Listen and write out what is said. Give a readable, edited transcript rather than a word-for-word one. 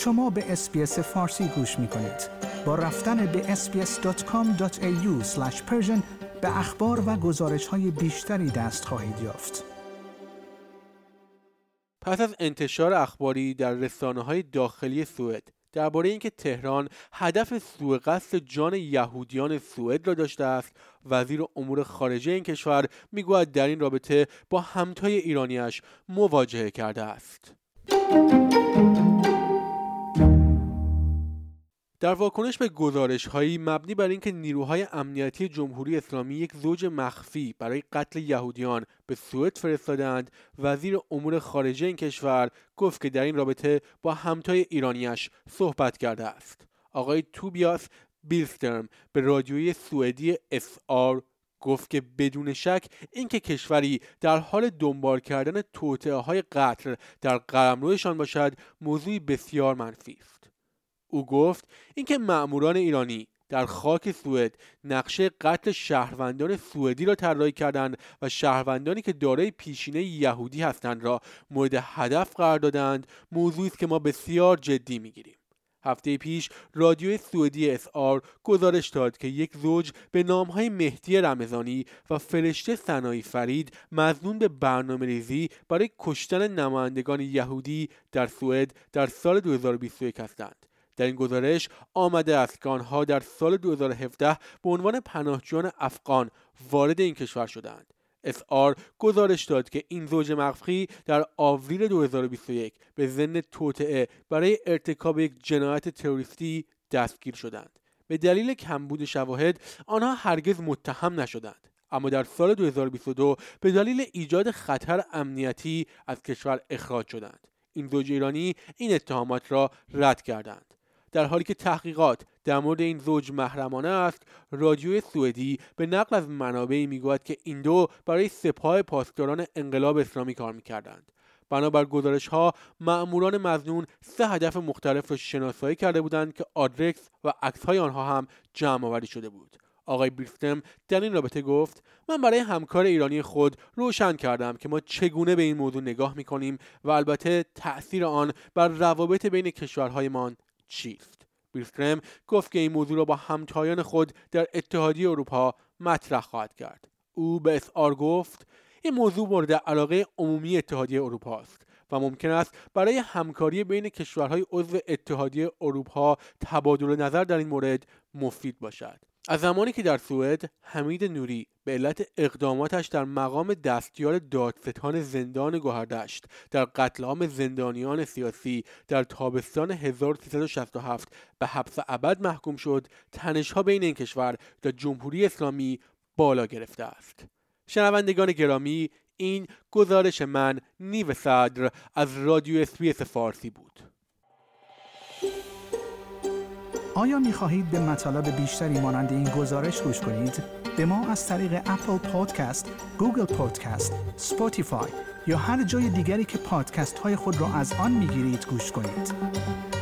شما به SBS فارسی گوش می‌کنید. با رفتن به sbs.com.au/persian به اخبار و گزارش‌های بیشتری دست خواهید یافت. پس از انتشار اخباری در رسانه‌های داخلی سوئد درباره اینکه تهران هدف سوء قصد جان یهودیان سوئد را داشته است، وزیر امور خارجه این کشور میگوید در این رابطه با همتای ایرانیش مواجهه کرده است. در واکنش به گزارش‌هایی مبنی بر اینکه نیروهای امنیتی جمهوری اسلامی یک زوج مخفی برای قتل یهودیان به سوئد فرستادند، وزیر امور خارجه این کشور گفت که در این رابطه با همتای ایرانیش صحبت کرده است. آقای توبیاس بیلسترم به رادیوی سوئدی SR گفت که بدون شک اینکه کشوری در حال دنبال کردن توطئه‌های قتل در قلمروشان باشد موضوعی بسیار منفی است. او گفت اینکه مأموران ایرانی در خاک سوئد نقشه قتل شهروندان سوئدی را طراحی کردند و شهروندانی که دارای پیشینه یهودی هستند را مورد هدف قرار دادند، موضوعی است که ما بسیار جدی می‌گیریم. هفته پیش رادیو سوئدی SR گزارش داد که یک زوج به نام‌های مهدی رمضانی و فرشته ثنایی فرید مظنون به برنامه‌ریزی برای کشتن نمایندگان یهودی در سوئد در سال 2021 هستند. در این گزارش آمده است که آنها در سال 2017 به عنوان پناهجویان افغان وارد این کشور شدند. SR گزارش داد که این زوج مخفی در آوریل 2021 به ضمن توطئه برای ارتکاب یک جنایت تروریستی دستگیر شدند. به دلیل کمبود شواهد آنها هرگز متهم نشدند، اما در سال 2022 به دلیل ایجاد خطر امنیتی از کشور اخراج شدند. این زوج ایرانی این اتهامات را رد کردند. در حالی که تحقیقات در مورد این زوج محرمانه است، رادیو سوئدی به نقل از منابعی میگوید که این دو برای سپاه پاسداران انقلاب اسلامی کار میکردند. بنابر گزارش‌ها مأموران مظنون 3 هدف مختلف را شناسایی کرده بودند که آدرس و عکس‌های آنها هم جمع‌آوری شده بود. آقای بیلسترم در این رابطه گفت: من برای همکار ایرانی خود روشن کردم که ما چگونه به این موضوع نگاه می‌کنیم و البته تأثیر آن بر روابط بین کشورهایمان چیست. بیلسترم گفت که این موضوع را با همتایان خود در اتحادیه اروپا مطرح خواهد کرد. او به SR گفت: این موضوع مورد علاقه عمومی اتحادیه اروپا است و ممکن است برای همکاری بین کشورهای عضو اتحادیه اروپا تبادل نظر در این مورد مفید باشد. از زمانی که در سوئد حمید نوری به علت اقداماتش در مقام دستیار دادستان زندان گوهردشت در قتل عام زندانیان سیاسی در تابستان 1367 به حبس ابد محکوم شد، تنش‌ها بین این کشور و جمهوری اسلامی بالا گرفته است. شنوندگان گرامی، این گزارش من نیو صدر از رادیو SBS فارسی بود. آیا می‌خواهید به مطالب بیشتری مانند این گزارش گوش کنید؟ به ما از طریق اپل پادکست، گوگل پادکست، اسپاتیفای یا هر جای دیگری که پادکست‌های خود را از آن می‌گیرید گوش کنید.